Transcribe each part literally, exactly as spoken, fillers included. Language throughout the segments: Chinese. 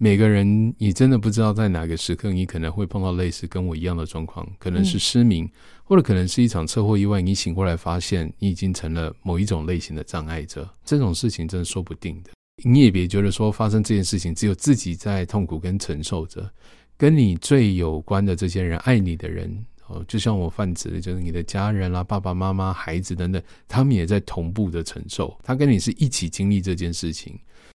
每个人你真的不知道在哪个时刻你可能会碰到类似跟我一样的状况，可能是失明、嗯、或者可能是一场车祸意外，你醒过来发现你已经成了某一种类型的障碍者，这种事情真的说不定的。你也别觉得说发生这件事情只有自己在痛苦跟承受着，跟你最有关的这些人，爱你的人，哦，就像我泛指的就是你的家人啦、爸爸妈妈、孩子等等，他们也在同步的承受，他跟你是一起经历这件事情。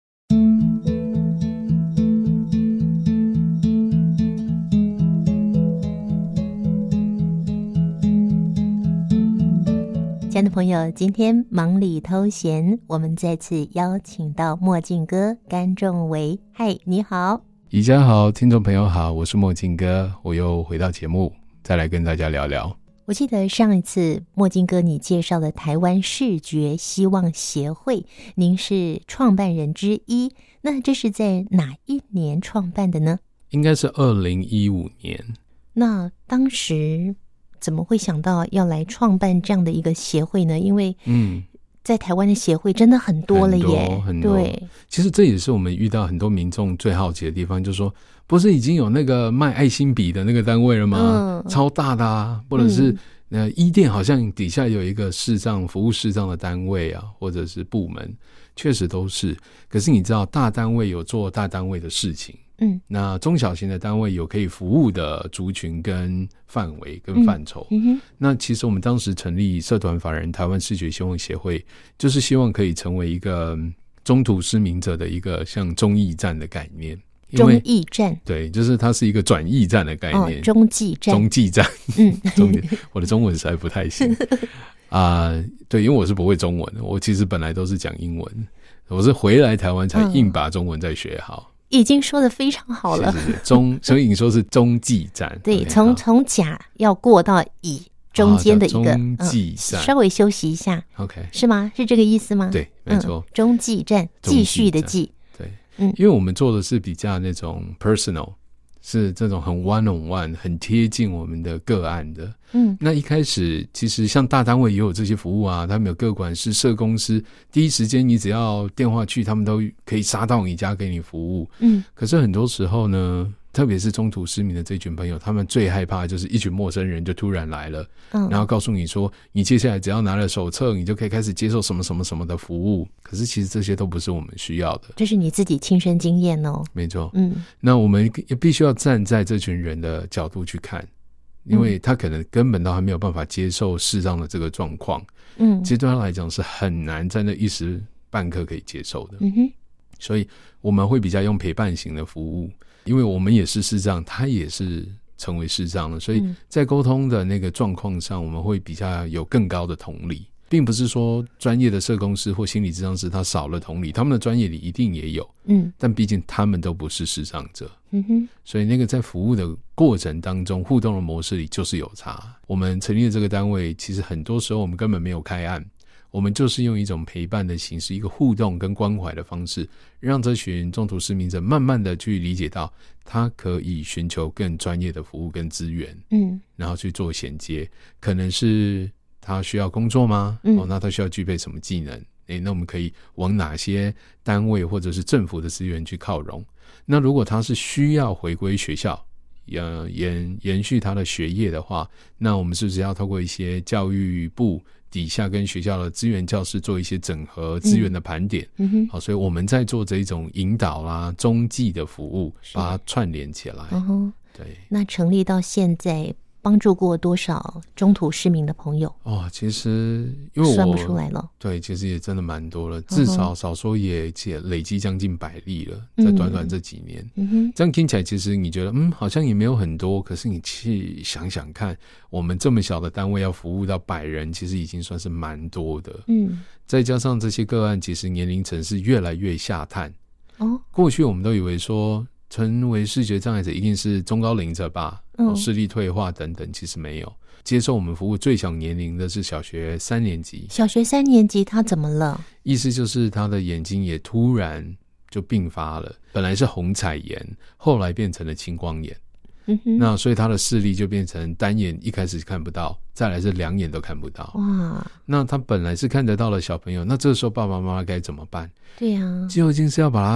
亲爱的朋友，今天忙里偷闲，我们再次邀请到墨镜哥甘仲维。嗨，你好。 宜家好，听众朋友好，我是墨镜哥，我又回到节目，再来跟大家聊聊。 我记得上一次墨镜哥你介绍了台湾视觉希望协会，您是创办人之一，那这是在哪一年创办的呢？ 应该是二零一五年。那当时怎么会想到要来创办这样的一个协会呢？因为嗯，在台湾的协会真的很多了耶， 很多很多。对，其实这也是我们遇到很多民众最好奇的地方，就是说，不是已经有那个卖爱心笔的那个单位了吗？嗯、超大的啊，或者是、嗯、呃，伊甸好像底下有一个视障服务视障的单位啊，或者是部门，确实都是。可是你知道，大单位有做大单位的事情。嗯，那中小型的单位有可以服务的族群跟范围跟范畴、嗯嗯、那其实我们当时成立社团法人台湾视觉希望协会，就是希望可以成为一个中途失明者的一个像中继站的概念。 中继站， 对，就是它是一个转驿站的概念。 哦，中继站， 中继站，嗯，中我的中文实在不太行啊、呃。对，因为我是不会中文，我其实本来都是讲英文，我是回来台湾才硬把中文再学好。嗯， 已经说得非常好了， 是是是中，所以你说是中继站， 对，从从甲要过到乙中间的一个、 啊、中继站、 嗯，稍微休息一下 ，OK， 是吗？是这个意思吗？ 对，没错、嗯， 中继站，继续的继， 对，嗯，因为我们做的是比较那种 personal， 是这种很 one on one， 很贴近我们的个案的。嗯，那一开始其实像大单位也有这些服务啊，他们有个管师、社工师，第一时间你只要电话去，他们都可以杀到你家给你服务。嗯，可是很多时候呢，特别是中途失明的这群朋友，他们最害怕的就是一群陌生人就突然来了，嗯，然后告诉你说，你接下来只要拿了手册，你就可以开始接受什么什么什么的服务。可是其实这些都不是我们需要的， 这是你自己亲身经验哦。 没错，嗯，那我们也必须要站在这群人的角度去看。因为他可能根本都还没有办法接受视障的这个状况，嗯，其实对他来讲是很难在那一时半刻可以接受的，嗯哼，所以我们会比较用陪伴型的服务，因为我们也是视障，他也是成为视障了，所以在沟通的那个状况上，我们会比较有更高的同理。并不是说专业的社工师或心理咨商师他少了同理，他们的专业里一定也有，嗯，但毕竟他们都不是视障者，嗯哼，所以那个在服务的过程当中互动的模式里就是有差。我们成立的这个单位，其实很多时候我们根本没有开案，我们就是用一种陪伴的形式，一个互动跟关怀的方式，让这群中途失明者慢慢的去理解到他可以寻求更专业的服务跟资源，嗯，然后去做衔接，可能是他需要工作吗？嗯、哦，那他需要具备什么技能？诶，那我们可以往哪些单位或者是政府的资源去靠拢？那如果他是需要回归学校，呃，延延续他的学业的话，那我们是不是要透过一些教育部底下跟学校的资源教师做一些整合资源的盘点？嗯哼，好，所以我们在做这一种引导啦、中继的服务，把它串联起来。嗯哼，对。 那成立到现在，帮助过多少中途失明的朋友？ 哦，其实因为我算不出来了。对， 其实也真的蛮多了，至少少说也累积将近百例了，在短短这几年。嗯哼，这样听起来，其实你觉得嗯，好像也没有很多，可是你去想想看，我们这么小的单位要服务到百人，其实已经算是蛮多的。嗯，再加上这些个案，其实年龄层是越来越下探。哦，过去我们都以为说，成为视觉障碍者一定是中高龄者吧，嗯，视力退化等等，其实没有。接受我们服务最小年龄的是小学三年级。 小学三年级他怎么了？ 意思就是他的眼睛也突然就并发了，本来是虹彩炎，后来变成了青光眼。嗯哼，那所以他的视力就变成单眼一开始看不到，再来是两眼都看不到。哇，那他本来是看得到的小朋友，那这个时候爸爸妈妈该怎么办？ 对啊， 究竟是要把他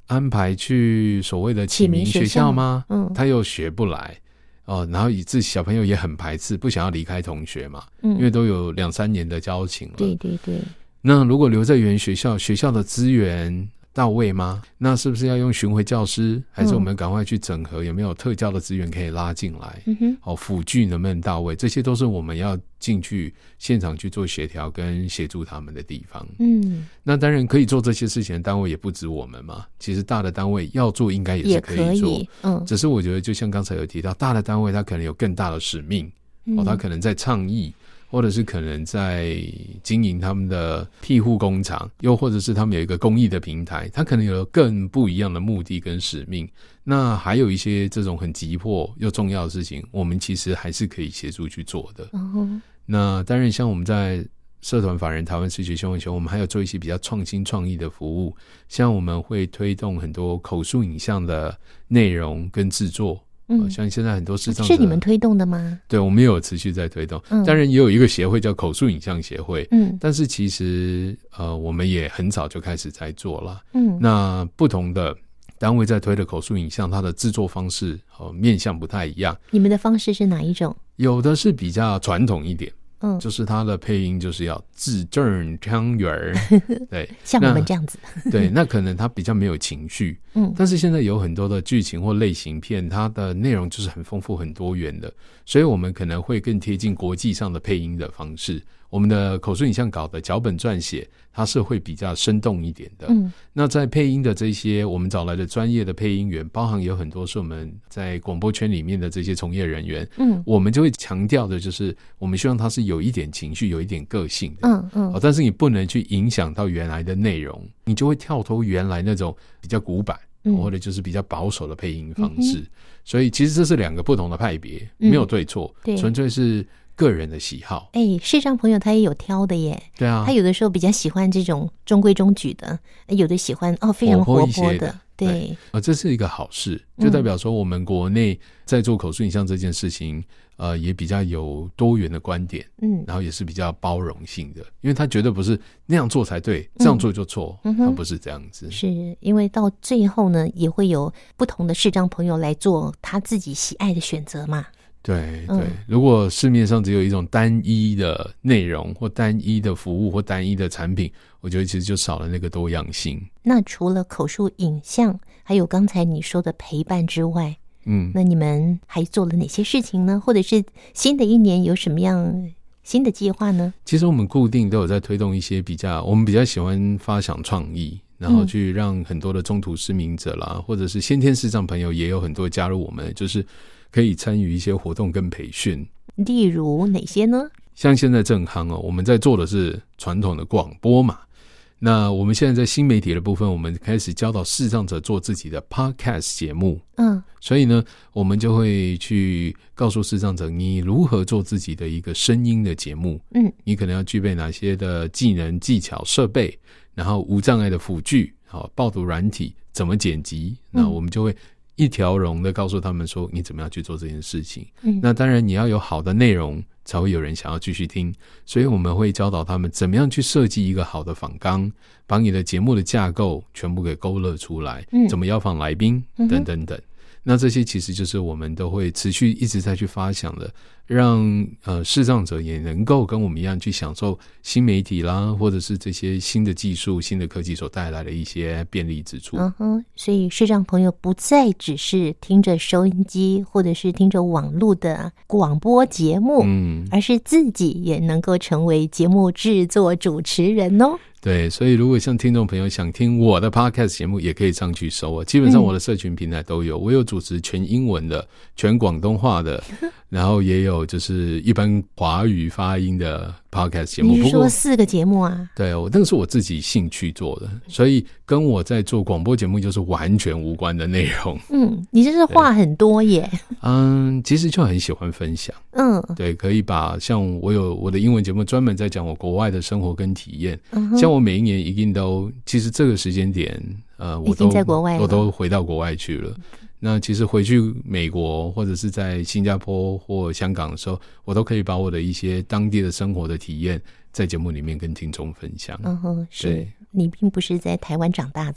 安排去所谓的启明学校吗？ 嗯， 他又学不来哦，然后以致小朋友也很排斥，不想要离开同学嘛， 嗯， 因为都有两三年的交情了。 对对对。 那如果留在原学校，学校的资源到位吗？那是不是要用巡回教师，还是我们赶快去整合，有没有特教的资源可以拉进来？嗯哼，哦，辅具能不能到位？这些都是我们要进去现场去做协调跟协助他们的地方。嗯，那当然可以做这些事情的单位也不止我们嘛，其实大的单位要做应该也是可以做， 也可以，嗯， 只是我觉得就像刚才有提到，大的单位它可能有更大的使命，嗯，哦，它可能在倡议，或者是可能在经营他们的庇护工厂，又或者是他们有一个公益的平台，他可能有更不一样的目的跟使命。那还有一些这种很急迫又重要的事情，我们其实还是可以协助去做的。Uh-huh. 那当然像我们在社团法人台湾视觉希望协会，我们还有做一些比较创新创意的服务，像我们会推动很多口述影像的内容跟制作。嗯，像现在很多视障者是你们推动的吗？ 对，我们也有持续在推动。嗯，当然也有一个协会叫口述影像协会。嗯，但是其实呃，我们也很早就开始在做了。嗯，那不同的单位在推的口述影像，它的制作方式和、呃、面向不太一样。 你们的方式是哪一种？ 有的是比较传统一点。嗯，就是它的配音就是要字正腔圆，对， 像我们这样子， 对，那可能它比较没有情绪，嗯，但是现在有很多的剧情或类型片，它的内容就是很丰富、很多元的，所以我们可能会更贴近国际上的配音的方式。我们的口述影像稿的脚本撰写，它是会比较生动一点的。嗯，那在配音的这些，我们找来的专业的配音员，包含有很多是我们在广播圈里面的这些从业人员。嗯，我们就会强调的就是，我们希望它是有一点情绪、有一点个性的。嗯嗯、哦，但是你不能去影响到原来的内容，你就会跳脱原来那种比较古板、嗯、或者就是比较保守的配音方式。嗯、所以其实这是两个不同的派别，没有对错，嗯、纯粹是个人的喜好。 哎、欸，视障朋友他也有挑的耶。 对啊， 他有的时候比较喜欢这种中规中矩的，有的喜欢哦非常活泼的。对， 对呃，这是一个好事，就代表说我们国内在做口述影像这件事情，呃，也比较有多元的观点，嗯，然后也是比较包容性的，因为他绝对不是那样做才对，这样做就错，嗯，他不是这样子。 是因为到最后呢，也会有不同的视障朋友来做他自己喜爱的选择嘛。 对对、嗯，如果市面上只有一种单一的内容或单一的服务或单一的产品，我觉得其实就少了那个多样性。 那除了口述影像，还有刚才你说的陪伴之外，嗯，那你们还做了哪些事情呢？或者是新的一年有什么样新的计划呢？ 其实我们固定都有在推动一些比较，我们比较喜欢发想创意，然后去让很多的中途失明者啦，嗯、或者是先天视障朋友也有很多加入我们，就是可以参与一些活动跟培训。 例如哪些呢？ 像现在正夯哦，我们在做的是传统的广播嘛。那我们现在在新媒体的部分，我们开始教导视障者做自己的 podcast 节目。嗯，所以呢，我们就会去告诉视障者，你如何做自己的一个声音的节目。嗯，你可能要具备哪些的技能、技巧、设备，然后无障碍的辅具，好，报读软体，怎么剪辑，那我们就会一条龙的告诉他们说你怎么样去做这件事情。嗯，那当然你要有好的内容才会有人想要继续听，所以我们会教导他们怎么样去设计一个好的访纲，把你的节目的架构全部给勾勒出来，嗯，怎么邀访来宾等等等。那这些其实就是我们都会持续一直在去发想的，让呃视障者也能够跟我们一样去享受新媒体啦，或者是这些新的技术、新的科技所带来的一些便利之处。 嗯哼，所以视障朋友不再只是听着收音机或者是听着网络的广播节目，嗯，而是自己也能够成为节目制作主持人哦。 对，所以如果像听众朋友想听我的 podcast 节目，也可以上去搜啊。基本上我的社群平台都有，我有主持全英文的、全广东话的，然后也有就是一般华语发音的 podcast 节目。 你是说四个节目啊？ 对，我那个是我自己兴趣做的，所以跟我在做广播节目就是完全无关的内容。 嗯，你这是话很多耶。 嗯，其实就很喜欢分享。嗯，对，可以把像我有我的英文节目专门在讲我国外的生活跟体验，嗯，像我每一年一定都，其实这个时间点，呃，我都已经在国外了， 我都回到国外去了。那其实回去美国或者是在新加坡或香港的时候，我都可以把我的一些当地的生活的体验在节目里面跟听众分享。 嗯哼，是你并不是在台湾长大的。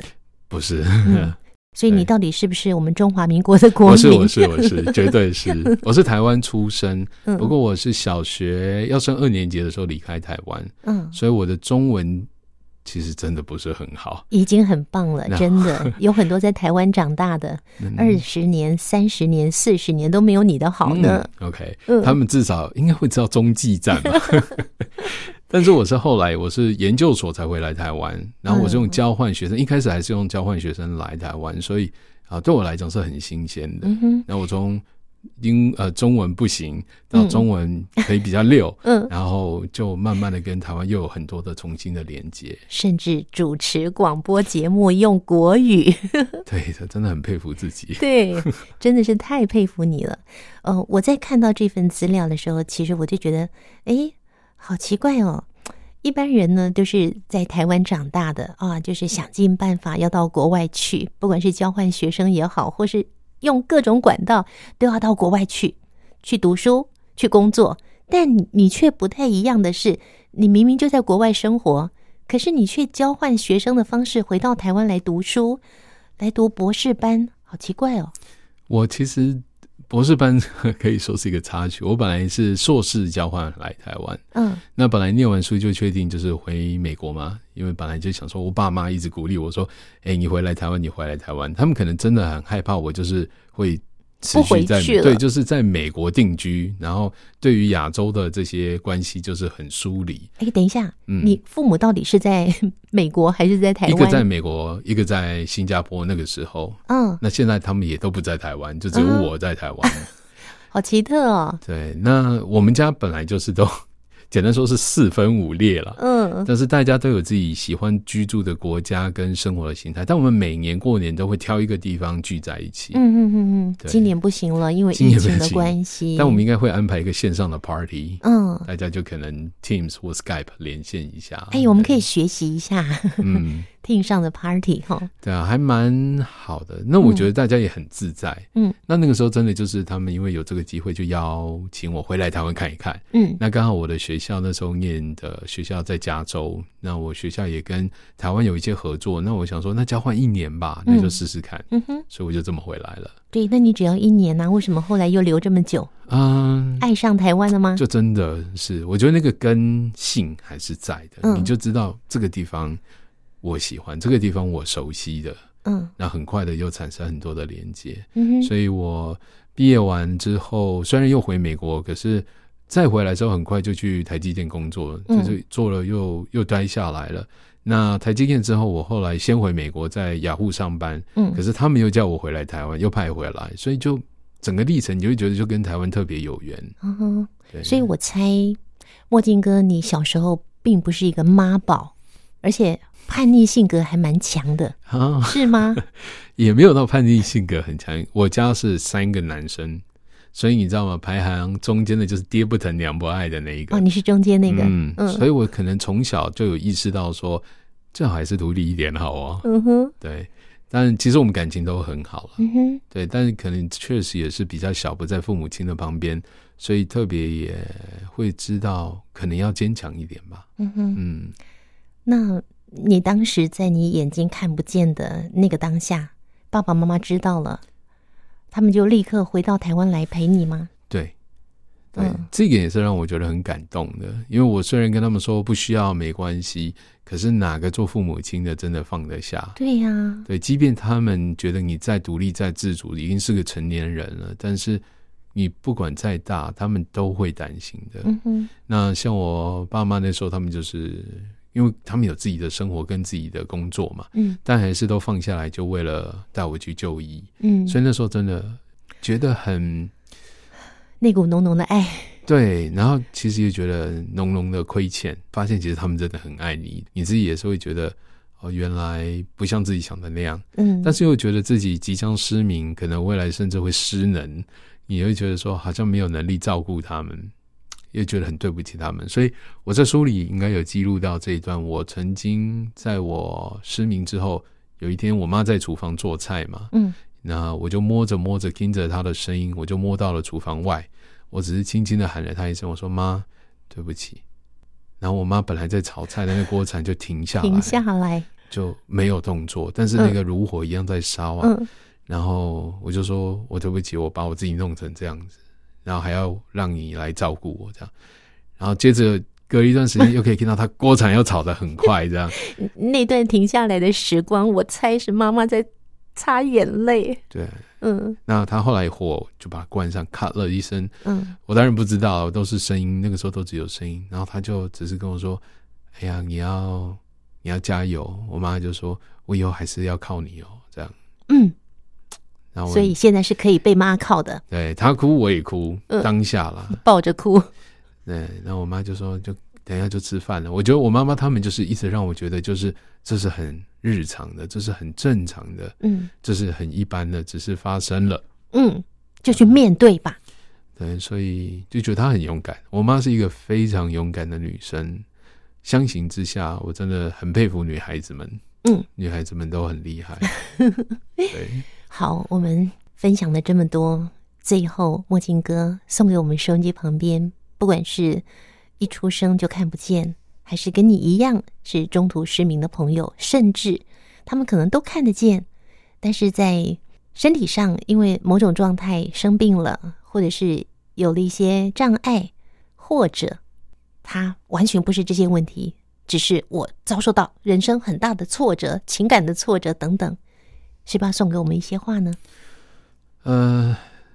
不是。 嗯，所以你到底是不是我们中华民国的国民？ 我是我是我是绝对是。我是台湾出生，不过我是小学要升二年级的时候离开台湾，嗯，所以我的中文其实真的不是很好， 已经很棒了，真的有很多在台湾长大的，二十年、三十年、四十年都没有你的好呢。 嗯、OK，、嗯、他们至少应该会知道中继站吧。但是我是后来我是研究所才回来台湾，然后我是用交换学生，嗯、一开始还是用交换学生来台湾，所以啊对我来讲是很新鲜的。嗯哼，然后我从英呃中文不行到中文可以比较溜，嗯，然后就慢慢的跟台湾又有很多的重新的连接， 甚至主持广播节目用国语。 对的，真的很佩服自己。 对，真的是太佩服你了。呃，我在看到这份资料的时候，其实我就觉得，哎，好奇怪哦。一般人呢都是在台湾长大的啊，就是想尽办法要到国外去，不管是交换学生也好，或是用各种管道都要到国外去去读书去工作。但你却不太一样的是，你明明就在国外生活，可是你却交换学生的方式回到台湾来读书，来读博士班，好奇怪哦。 我其实博士班可以说是一个插曲，我本来是硕士交换来台湾，嗯，那本来念完书就确定就是回美国嘛，因为本来就想说，我爸妈一直鼓励我说，哎、欸，你回来台湾，你回来台湾，他们可能真的很害怕我就是会持续在对，就是在美国定居，然后对于亚洲的这些关系就是很疏离。 哎、欸，等一下、嗯，你父母到底是在美国还是在台湾？ 一个在美国，一个在新加坡。那个时候，嗯，那现在他们也都不在台湾，就只有我在台湾，嗯、 好奇特哦。 对，那我们家本来就是都。简单说是四分五裂了，嗯，但是大家都有自己喜欢居住的国家跟生活的形态，但我们每年过年都会挑一个地方聚在一起。 嗯嗯嗯嗯，今年不行了，因为疫情的关系。 但我们应该会安排一个线上的 party， 嗯，大家就可能 Teams 或 Skype 连线一下。 哎，我们可以学习一下，嗯，Teams 上的 party 哈。 对啊，还蛮好的。那我觉得大家也很自在，嗯，那那个时候真的就是他们因为有这个机会，就邀请我回来台湾看一看，嗯，那刚好我的学学校那时候念的学校在加州，那我学校也跟台湾有一些合作，那我想说那交换一年吧，那就试试看，嗯哼，所以我就这么回来了。 对，那你只要一年啊，为什么后来又留这么久？嗯，爱上台湾了吗？ 就真的是，我觉得那个根性还是在的，嗯，你就知道这个地方我喜欢，这个地方我熟悉的，嗯，那很快的又产生很多的连接，嗯哼，所以我毕业完之后，虽然又回美国，可是再回来之后很快就去台积电工作，就是做了又又待下来了。那台积电之后，我后来先回美国，在雅虎上班，嗯，可是他们又叫我回来台湾，又派回来，所以就整个历程你就会觉得就跟台湾特别有缘。 嗯，对，所以我猜墨镜哥你小时候并不是一个妈宝，而且叛逆性格还蛮强的，啊，是吗？ 也没有到叛逆性格很强，我家是三个男生。所以你知道吗？排行中间的就是爹不疼娘不爱的那一个。 哦，你是中间那个。 嗯嗯。所以我可能从小就有意识到说，最好还是独立一点好啊。嗯哼。对，但其实我们感情都很好了。嗯哼。对，但是可能确实也是比较小，不在父母亲的旁边，所以特别也会知道可能要坚强一点吧。嗯哼。嗯。 那你当时在你眼睛看不见的那个当下，爸爸妈妈知道了，他们就立刻回到台湾来陪你吗？ 对，对，嗯，这个也是让我觉得很感动的。因为我虽然跟他们说不需要没关系，可是哪个做父母亲的真的放得下？ 对呀，啊， 对，即便他们觉得你再独立再自主，已经是个成年人了，但是你不管再大，他们都会担心的。嗯哼，那像我爸妈那时候，他们就是因为他们有自己的生活跟自己的工作嘛，嗯，但还是都放下来，就为了带我去就医，嗯，所以那时候真的觉得很那股浓浓的爱， 对，然后其实也觉得浓浓的亏欠，发现其实他们真的很爱你，你自己也是会觉得哦，原来不像自己想的那样，嗯，但是又觉得自己即将失明，可能未来甚至会失能，你会觉得说好像没有能力照顾他们。也觉得很对不起他们，所以我在书里应该有记录到这一段。我曾经在我失明之后，有一天我妈在厨房做菜嘛，嗯，那我就摸着摸着听着她的声音，我就摸到了厨房外，我只是轻轻的喊了她一声，我说妈，对不起。然后我妈本来在炒菜的那个锅铲就停下来， 停下来， 就没有动作，但是那个炉火一样在烧啊。嗯，然后我就说我对不起，我把我自己弄成这样子，然后还要让你来照顾我这样。然后接着隔一段时间又可以看到他锅铲又炒得很快这样。 那段停下来的时光，我猜是妈妈在擦眼泪。对，嗯， 那他后来火就把它关上，咔了一声，嗯，我当然不知道，都是声音，那个时候都只有声音。然后他就只是跟我说：“哎呀，你要你要加油。”我妈就说：“我以后还是要靠你哦。”这样，嗯， 然后所以现在是可以被妈靠的。 对，他哭我也哭，嗯、当下啦， 抱着哭。 对，然后我妈就说：“就等一下就吃饭了。”我觉得我妈妈他们就是一直让我觉得，就是这是很日常的，这是很正常的，嗯，这是很一般的，只是发生了， 嗯，就去面对吧。 对，所以就觉得她很勇敢。我妈是一个非常勇敢的女生，相形之下，我真的很佩服女孩子们。嗯，女孩子们都很厉害。对， 好，我们分享了这么多，最后墨镜哥送给我们收音机旁边，不管是一出生就看不见，还是跟你一样是中途失明的朋友，甚至他们可能都看得见，但是在身体上因为某种状态生病了，或者是有了一些障碍，或者他完全不是这些问题，只是我遭受到人生很大的挫折，情感的挫折等等，是吧？送给我们一些话呢？ 呃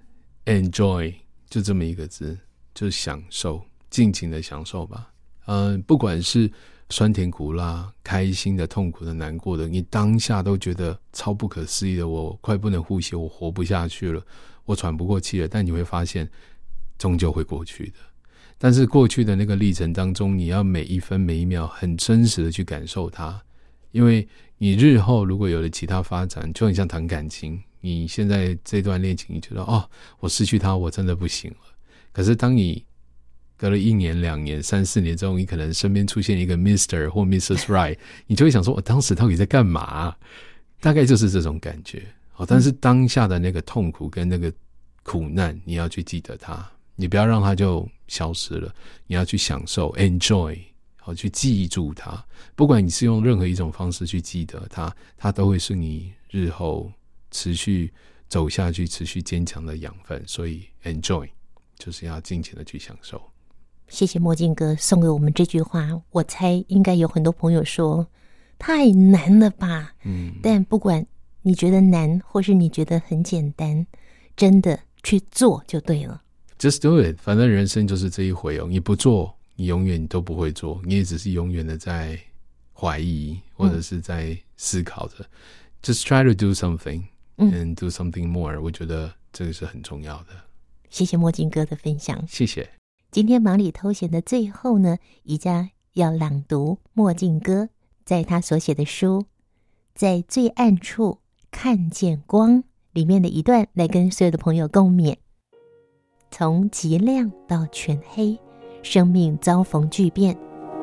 ，enjoy 就这么一个字，就是享受，尽情的享受吧。嗯、呃，不管是酸甜苦辣，开心的、痛苦的、难过的，你当下都觉得超不可思议的，我快不能呼吸，我活不下去了，我喘不过气了。但你会发现，终究会过去的。但是过去的那个历程当中，你要每一分每一秒很真实的去感受它，因为你日后如果有了其他发展，就很像谈感情，你现在这段恋情，你觉得哦，我失去他，我真的不行了。可是当你隔了一年、两年、三四年之后，你可能身边出现一个 Mister 或 Missus Right， 你就会想说，我当时到底在干嘛？大概就是这种感觉。好，但是当下的那个痛苦跟那个苦难，你要去记得它，你不要让它就消失了，你要去享受 enjoy， 好，去记住它。不管你是用任何一种方式去记得它，它都会是你日后持续走下去、持续坚强的养分。所以 enjoy 就是要尽情的去享受。 谢谢墨镜哥送给我们这句话，我猜应该有很多朋友说太难了吧。嗯，但不管你觉得难，或是你觉得很简单，真的去做就对了。 Just do it， 反正人生就是这一回哦。你不做，你永远都不会做，你也只是永远的在怀疑，或者是在思考着。嗯、Just try to do something and do something more、嗯。我觉得这个是很重要的。 谢谢墨镜哥的分享， 谢谢。 今天忙里偷闲的最后呢，宜家要朗读墨镜哥在他所写的书《在最暗处看见光》里面的一段，来跟所有的朋友共勉。从极亮到全黑，生命遭逢巨变。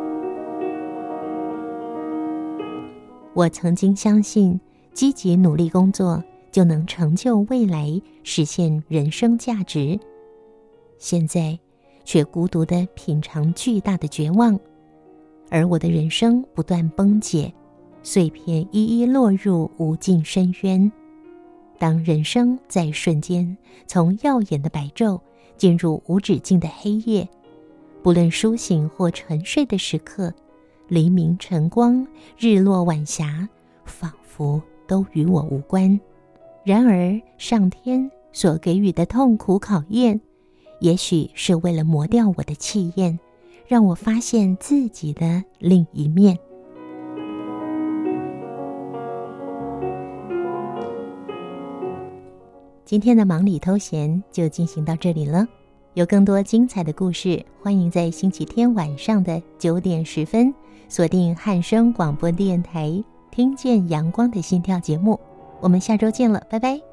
我曾经相信，积极努力工作就能成就未来，实现人生价值。现在却孤独地品尝巨大的绝望，而我的人生不断崩解，碎片一一落入无尽深渊。当人生在瞬间从耀眼的白昼进入无止境的黑夜，不论苏醒或沉睡的时刻，黎明晨光、日落晚霞，仿佛都与我无关。然而上天所给予的痛苦考验，也许是为了磨掉我的气焰，让我发现自己的另一面。今天的忙里偷闲就进行到这里了。有更多精彩的故事，欢迎在星期天晚上的九点十分锁定汉声广播电台，听见阳光的心跳节目。我们下周见了，拜拜。